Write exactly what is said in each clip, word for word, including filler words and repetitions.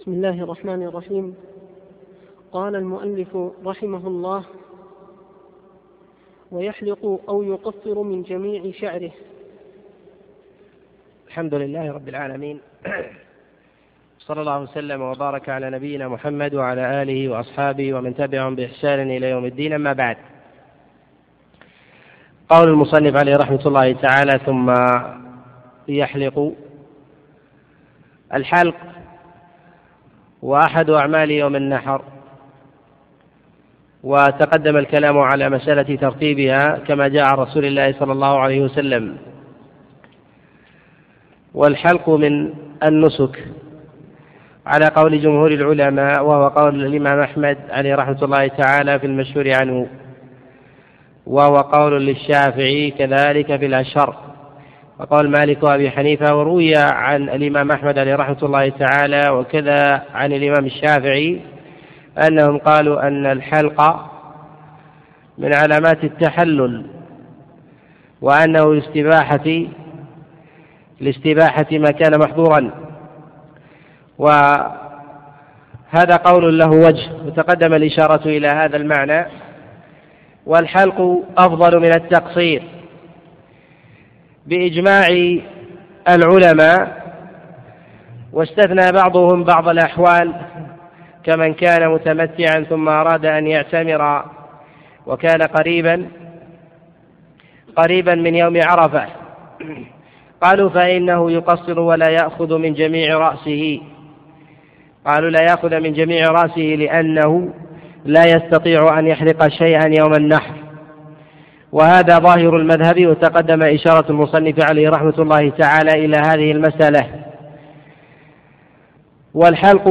بسم الله الرحمن الرحيم. قال المؤلف رحمه الله: ويحلق أو يقصر من جميع شعره. الحمد لله رب العالمين، صلى الله وسلم وبارك على نبينا محمد وعلى آله وأصحابه ومن تبعهم بإحسان إلى يوم الدين. أما بعد، قول المصنف عليه رحمة الله تعالى: ثم يحلق. الحلق وأحد أعمال يوم النحر، وتقدم الكلام على مسألة ترتيبها كما جاء عن رسول الله صلى الله عليه وسلم. والحلق من النسك على قول جمهور العلماء، وهو قول الإمام أحمد عليه رحمة الله تعالى في المشهور عنه، وهو قول للشافعي كذلك في الأشهر، وقول مالك وأبي حنيفة. وروي عن الإمام أحمد عليه رحمة الله تعالى وكذا عن الإمام الشافعي أنهم قالوا أن الحلق من علامات التحلل، وأنه لاستباحة لاستباحة ما كان محظورا، وهذا قول له وجه، وتقدم الإشارة إلى هذا المعنى. والحلق أفضل من التقصير بإجماع العلماء، واستثنى بعضهم بعض الأحوال كمن كان متمتعا ثم أراد أن يعتمر وكان قريبا قريبا من يوم عرفة، قالوا فإنه يقصر ولا يأخذ من جميع رأسه قالوا لا يأخذ من جميع رأسه لأنه لا يستطيع أن يحلق شيئا يوم النحر، وهذا ظاهر المذهب. وتقدم إشارة المصنف عليه رحمة الله تعالى إلى هذه المسألة. والحلق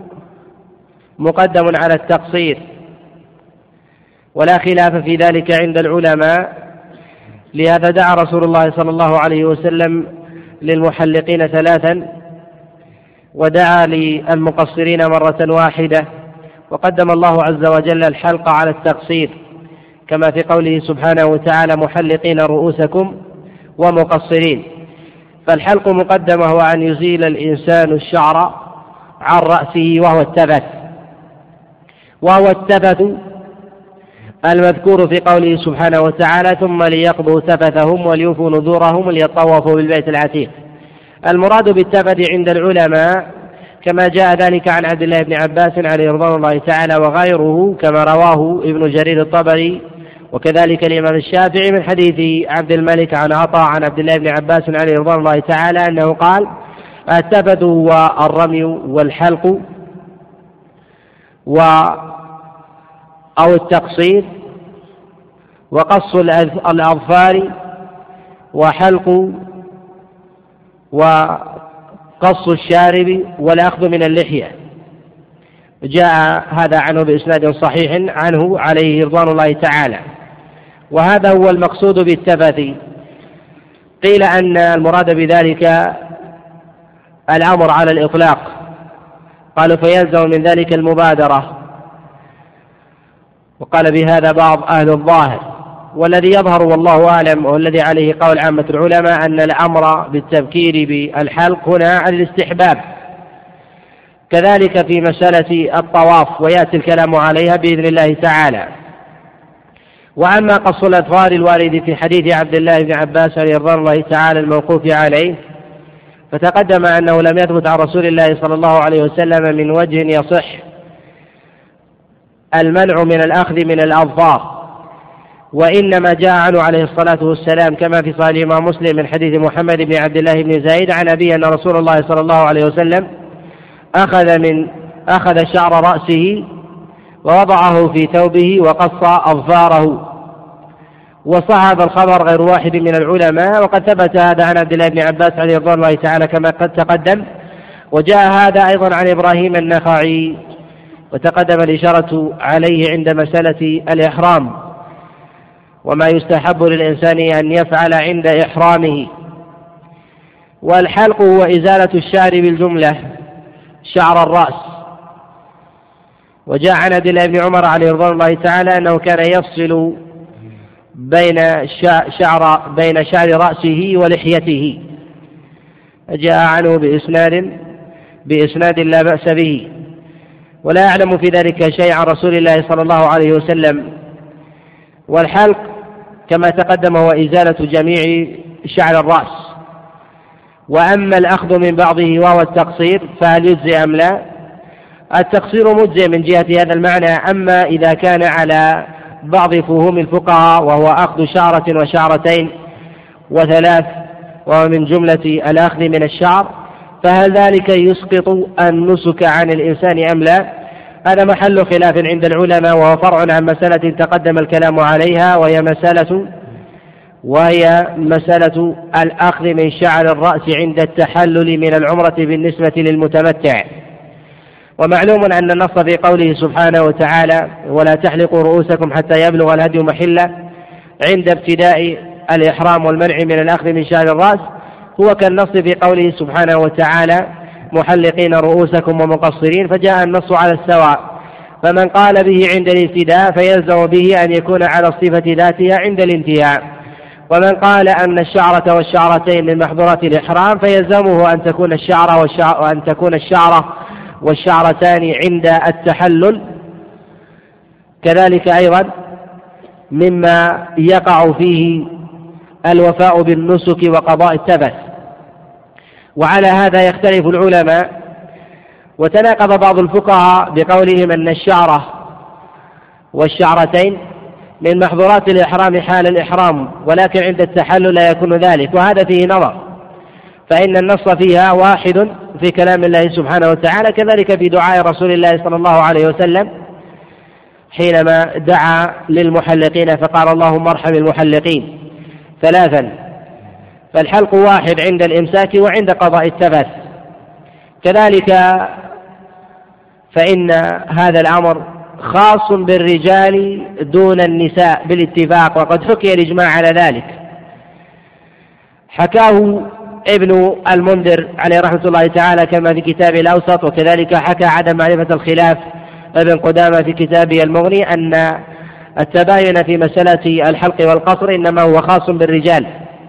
مقدم على التقصير، ولا خلاف في ذلك عند العلماء، لهذا دعا رسول الله صلى الله عليه وسلم للمحلقين ثلاثا، ودعا للمقصرين مرة واحدة، وقدم الله عز وجل الحلق على التقصير، كما في قوله سبحانه وتعالى: محلقين رؤوسكم ومقصرين. فالحلق مقدم هو أن يزيل الإنسان الشعر عن رأسه، وهو التبت وهو التبت المذكور في قوله سبحانه وتعالى: ثم ليقضوا تفثهم وليوفوا نذورهم ليطوفوا بالبيت العتيق. المراد بالتبت عند العلماء كما جاء ذلك عن عبد الله بن عباس عليه رضوان الله تعالى وغيره، كما رواه ابن جرير الطبري وكذلك الإمام الشافعي من حديث عبد الملك عن عطاء عن عبد الله بن عباس عليه رضوان الله تعالى أنه قال: التبت والرمي والحلق و أو التقصير وقص الأظفار وحلق وقص الشارب والأخذ من اللحية. جاء هذا عنه بإسناد صحيح عنه عليه رضوان الله تعالى، وهذا هو المقصود بالتبت. قيل أن المراد بذلك الأمر على الإطلاق، قالوا فيلزم من ذلك المبادرة، وقال بهذا بعض أهل الظاهر. والذي يظهر والله أعلم والذي عليه قول عامة العلماء أن الأمر بالتبكير بالحلق هنا على الاستحباب، كذلك في مسألة الطواف، ويأتي الكلام عليها بإذن الله تعالى. وأما قص الأظفار الوارد في حديث عبد الله بن عباس عليه رضوان الله تعالى الموقوف عليه، فتقدم أنه لم يثبت عن رسول الله صلى الله عليه وسلم من وجه يصح المنع من الأخذ من الأظفار، وإنما جاء عنه عليه الصلاة والسلام كما في صحيح الإمام مسلم من حديث محمد بن عبد الله بن زيد عن أبيه أن رسول الله صلى الله عليه وسلم أخذ من أخذ شعر رأسه ووضعه في ثوبه وقص أظفاره. وصح هذا الخبر غير واحد من العلماء، وقد ثبت هذا عن عبد الله بن عباس عليه رضوان الله تعالى كما قد تقدم. وجاء هذا أيضا عن إبراهيم النخعي، وتقدم الإشارة عليه عند مسألة الإحرام وما يستحب للإنسان أن يفعل عند إحرامه. والحلق هو إزالة الشعر بالجملة شعر الرأس. وجاء عن عبد الله بن عمر عليه رضوان الله تعالى أنه كان يفصل بين شعر بين شعر رأسه ولحيته، جاء عنه بإسناد بإسناد لا بأس به، ولا أعلم في ذلك شيء عن رسول الله صلى الله عليه وسلم. والحلق كما تقدم هو إزالة جميع شعر الرأس. وأما الأخذ من بعضه وهو التقصير فهل يجزي أم لا؟ التقصير مجزي من جهة هذا المعنى، أما إذا كان على بعض فهوم الفقهاء وهو أخذ شعرة وشعرتين وثلاث وهو من جملة الأخذ من الشعر، فهل ذلك يسقط النسك عن الإنسان أم لا؟ هذا محل خلاف عند العلماء، وهو فرع عن مسألة تقدم الكلام عليها، وهي مسألة وهي مسألة الأخذ من شعر الرأس عند التحلل من العمرة بالنسبة للمتمتع. ومعلوم أن النص في قوله سبحانه وتعالى ولا تحلقوا رؤوسكم حتى يبلغ الهدي محله عند ابتداء الإحرام والمنع من الأخذ من شعر الرأس هو كالنص في قوله سبحانه وتعالى محلقين رؤوسكم ومقصرين، فجاء النص على السواء. فمن قال به عند الابتداء فيلزم به أن يكون على الصفة ذاتها عند الانتهاء، ومن قال أن الشعرة والشعرتين من محظورات الإحرام فيلزمه أن تكون الشعرة والشعر وأن تكون الشعرة والشعرتان عند التحلل. كذلك أيضا مما يقع فيه الوفاء بالنسك وقضاء التبس. وعلى هذا يختلف العلماء، وتناقض بعض الفقهاء بقولهم أن الشعرة والشعرتين من محظورات الإحرام حال الإحرام، ولكن عند التحلل لا يكون ذلك، وهذا فيه نظر، فإن النص فيها واحد في كلام الله سبحانه وتعالى، كذلك في دعاء رسول الله صلى الله عليه وسلم حينما دعا للمحلقين فقال اللهم ارحم المحلقين ثلاثا. فالحلق واحد عند الإمساك وعند قضاء التبس. كذلك فإن هذا الأمر خاص بالرجال دون النساء بالاتفاق، وقد حكي الإجماع على ذلك. حكاه ابن المنذر عليه رحمة الله تعالى كما في كتابه الأوسط، وكذلك حكى عدم معرفة الخلاف ابن قدامة في كتابه المغني أن التباين في مسألة الحلق والقصر إنما هو خاص بالرجال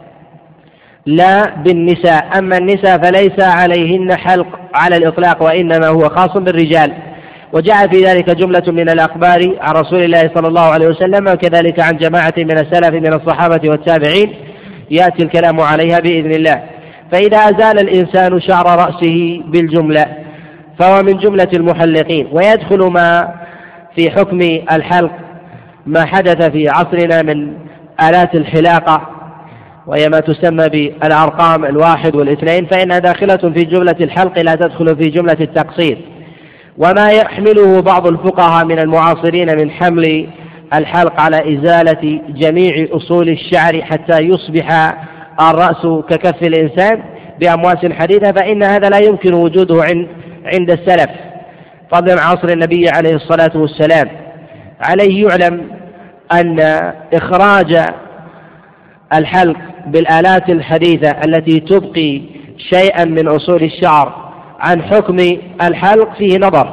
لا بالنساء، أما النساء فليس عليهن حلق على الإطلاق وإنما هو خاص بالرجال. وجاء في ذلك جملة من الأخبار عن رسول الله صلى الله عليه وسلم، وكذلك عن جماعة من السلف من الصحابة والتابعين يأتي الكلام عليها بإذن الله. فإذا أزال الإنسان شعر رأسه بالجملة فهو من جملة المحلقين، ويدخل ما في حكم الحلق ما حدث في عصرنا من آلات الحلاقة وهي ما تسمى بالأرقام الواحد والاثنين، فإنها داخلة في جملة الحلق لا تدخل في جملة التقصير. وما يحمله بعض الفقهاء من المعاصرين من حمل الحلق على إزالة جميع أصول الشعر حتى يصبح الرأس ككف الإنسان بأمواس حديثة، فإن هذا لا يمكن وجوده عند السلف فضلا عن عصر النبي عليه الصلاة والسلام. عليه يعلم أن إخراج الحلق بالآلات الحديثة التي تبقي شيئا من أصول الشعر عن حكم الحلق فيه نظر،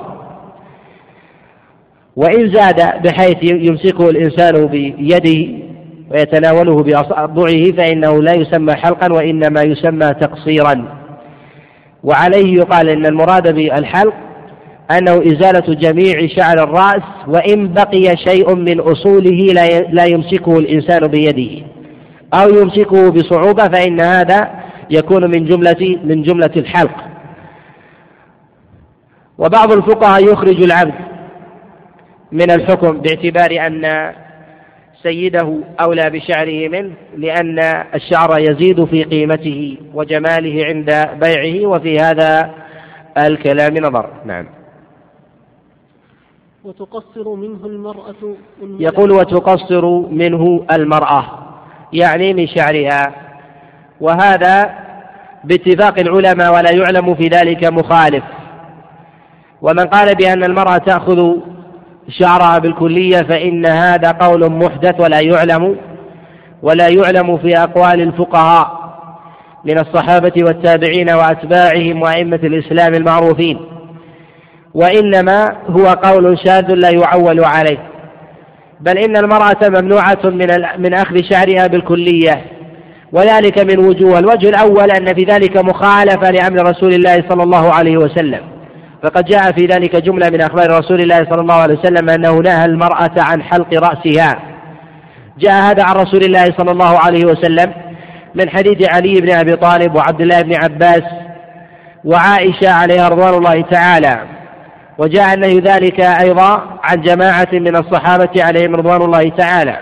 وإن زاد بحيث يمسكه الإنسان بيده ويتناوله بأصبعه فإنه لا يسمى حلقا وإنما يسمى تقصيرا. وعليه يقال إن المراد بالحلق أنه إزالة جميع شعر الرأس، وإن بقي شيء من أصوله لا يمسكه الإنسان بيده أو يمسكه بصعوبة فإن هذا يكون من جملة من جملة الحلق. وبعض الفقهاء يخرج العبد من الحكم باعتبار أن سيده أولى بشعره منه، لأن الشعر يزيد في قيمته وجماله عند بيعه، وفي هذا الكلام نظر. نعم. وتقصر منه المرأة يقول وتقصر منه المرأة يعني من شعرها، وهذا باتفاق العلماء ولا يعلم في ذلك مخالف. ومن قال بأن المرأة تأخذ شعرها بالكلية فإن هذا قول محدث ولا يعلم ولا يعلم في أقوال الفقهاء من الصحابة والتابعين وأتباعهم وأئمة الإسلام المعروفين، وإنما هو قول شاذ لا يعول عليه، بل إن المرأة ممنوعة من من أخذ شعرها بالكلية، وذلك من وجوه. الوجه الأول أن في ذلك مخالفة لأمر رسول الله صلى الله عليه وسلم، فقد جاء في ذلك جملة من أخبار رسول الله صلى الله عليه وسلم أنه نهى المرأة عن حلق رأسها. جاء هذا عن رسول الله صلى الله عليه وسلم من حديث علي بن أبي طالب وعبد الله بن عباس وعائشة عليها رضوان الله تعالى. وجاء النهي ذلك أيضا عن جماعة من الصحابة عليهم رضوان الله تعالى.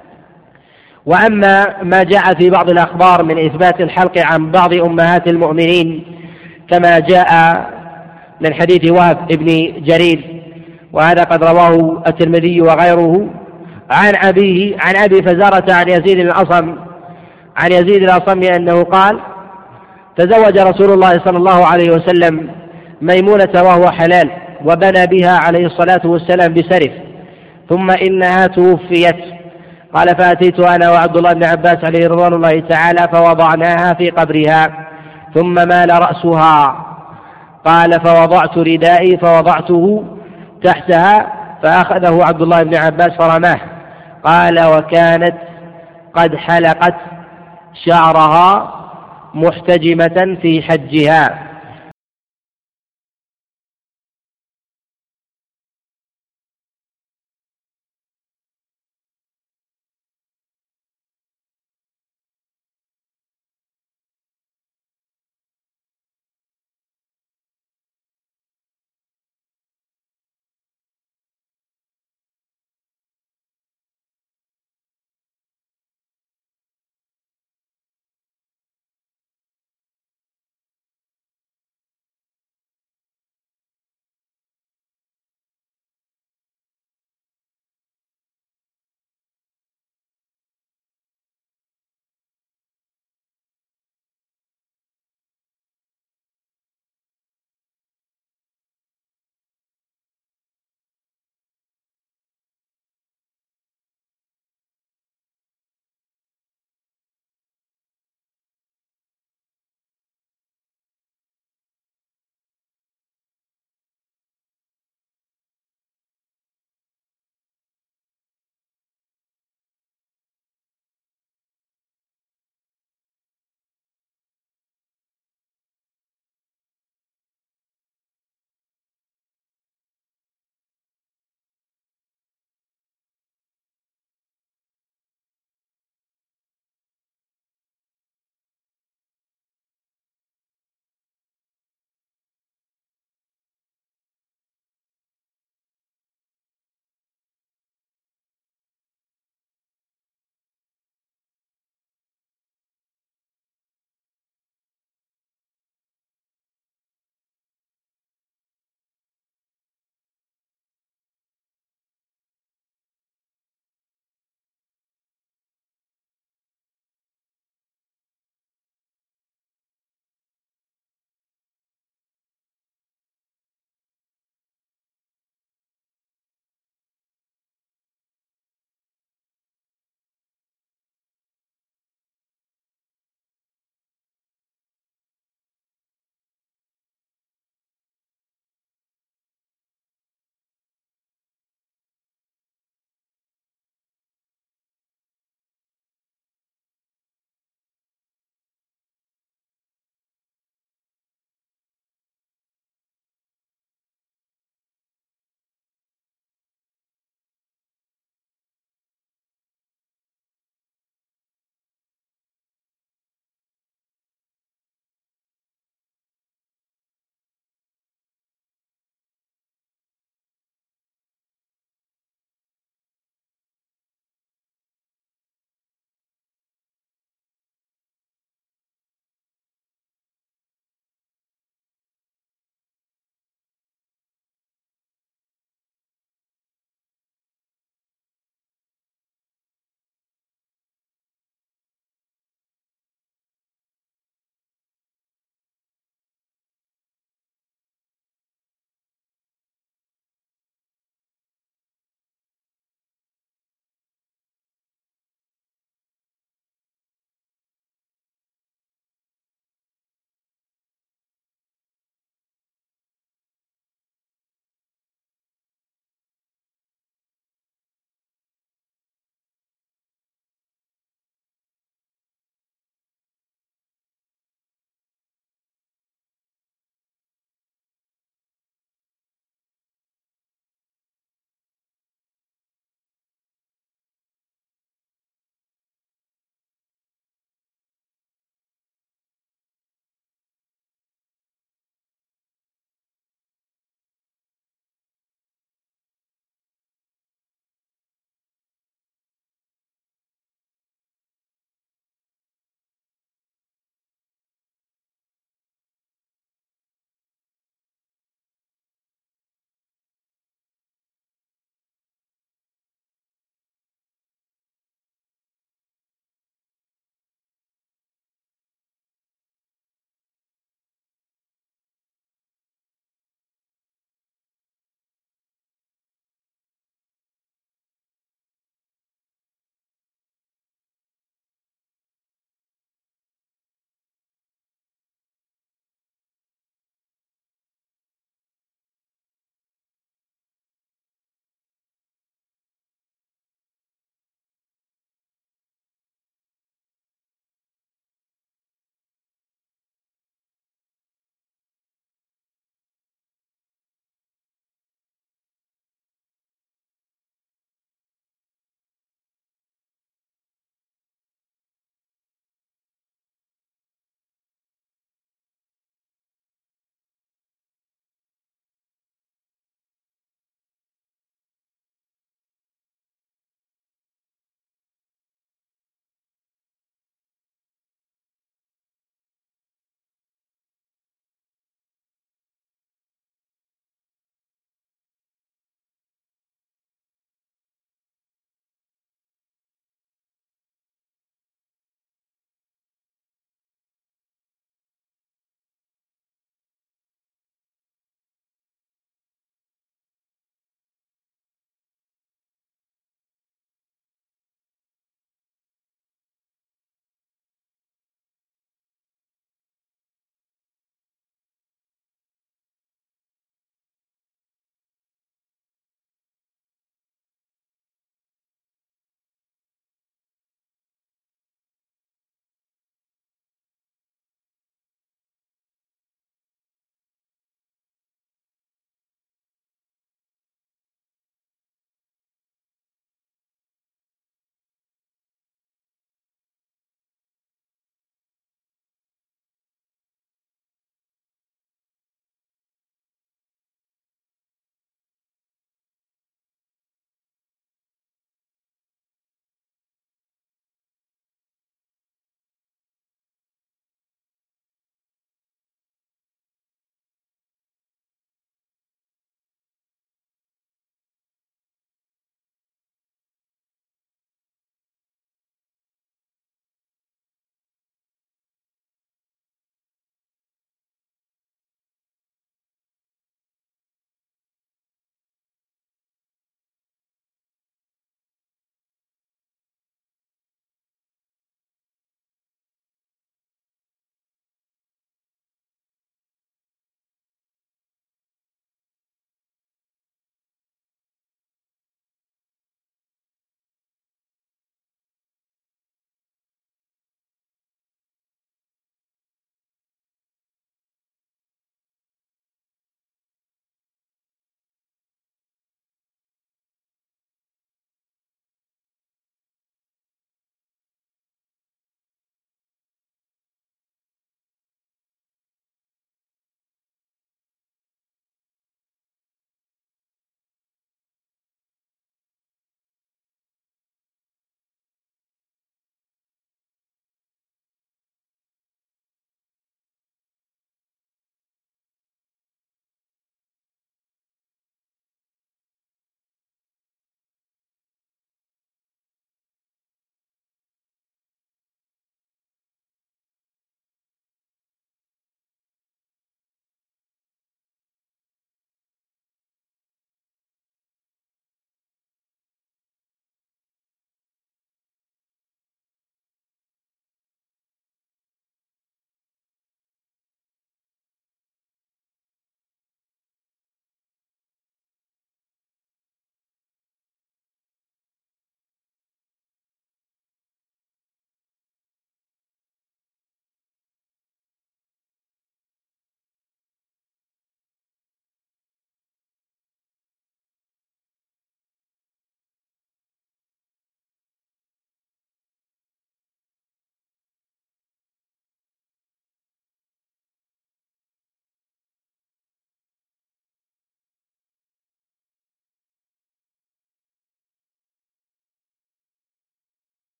وأما ما جاء في بعض الأخبار من إثبات الحلق عن بعض أمهات المؤمنين كما جاء من حديث وهب ابن جرير، وهذا قد رواه الترمذي وغيره عن أبيه عن أبي فزارة عن يزيد الأصم عن يزيد الأصم أنه قال: تزوج رسول الله صلى الله عليه وسلم ميمونة وهو حلال، وبنى بها عليه الصلاة والسلام بسرف، ثم إنها توفيت. قال: فأتيت أنا وعبد الله بن عباس عليه رضوان الله تعالى فوضعناها في قبرها، ثم مال رأسها. قال: فوضعت ردائي فوضعته تحتها، فأخذه عبد الله بن عباس فرماه. قال: وكانت قد حلقت شعرها محتجمة في حجها.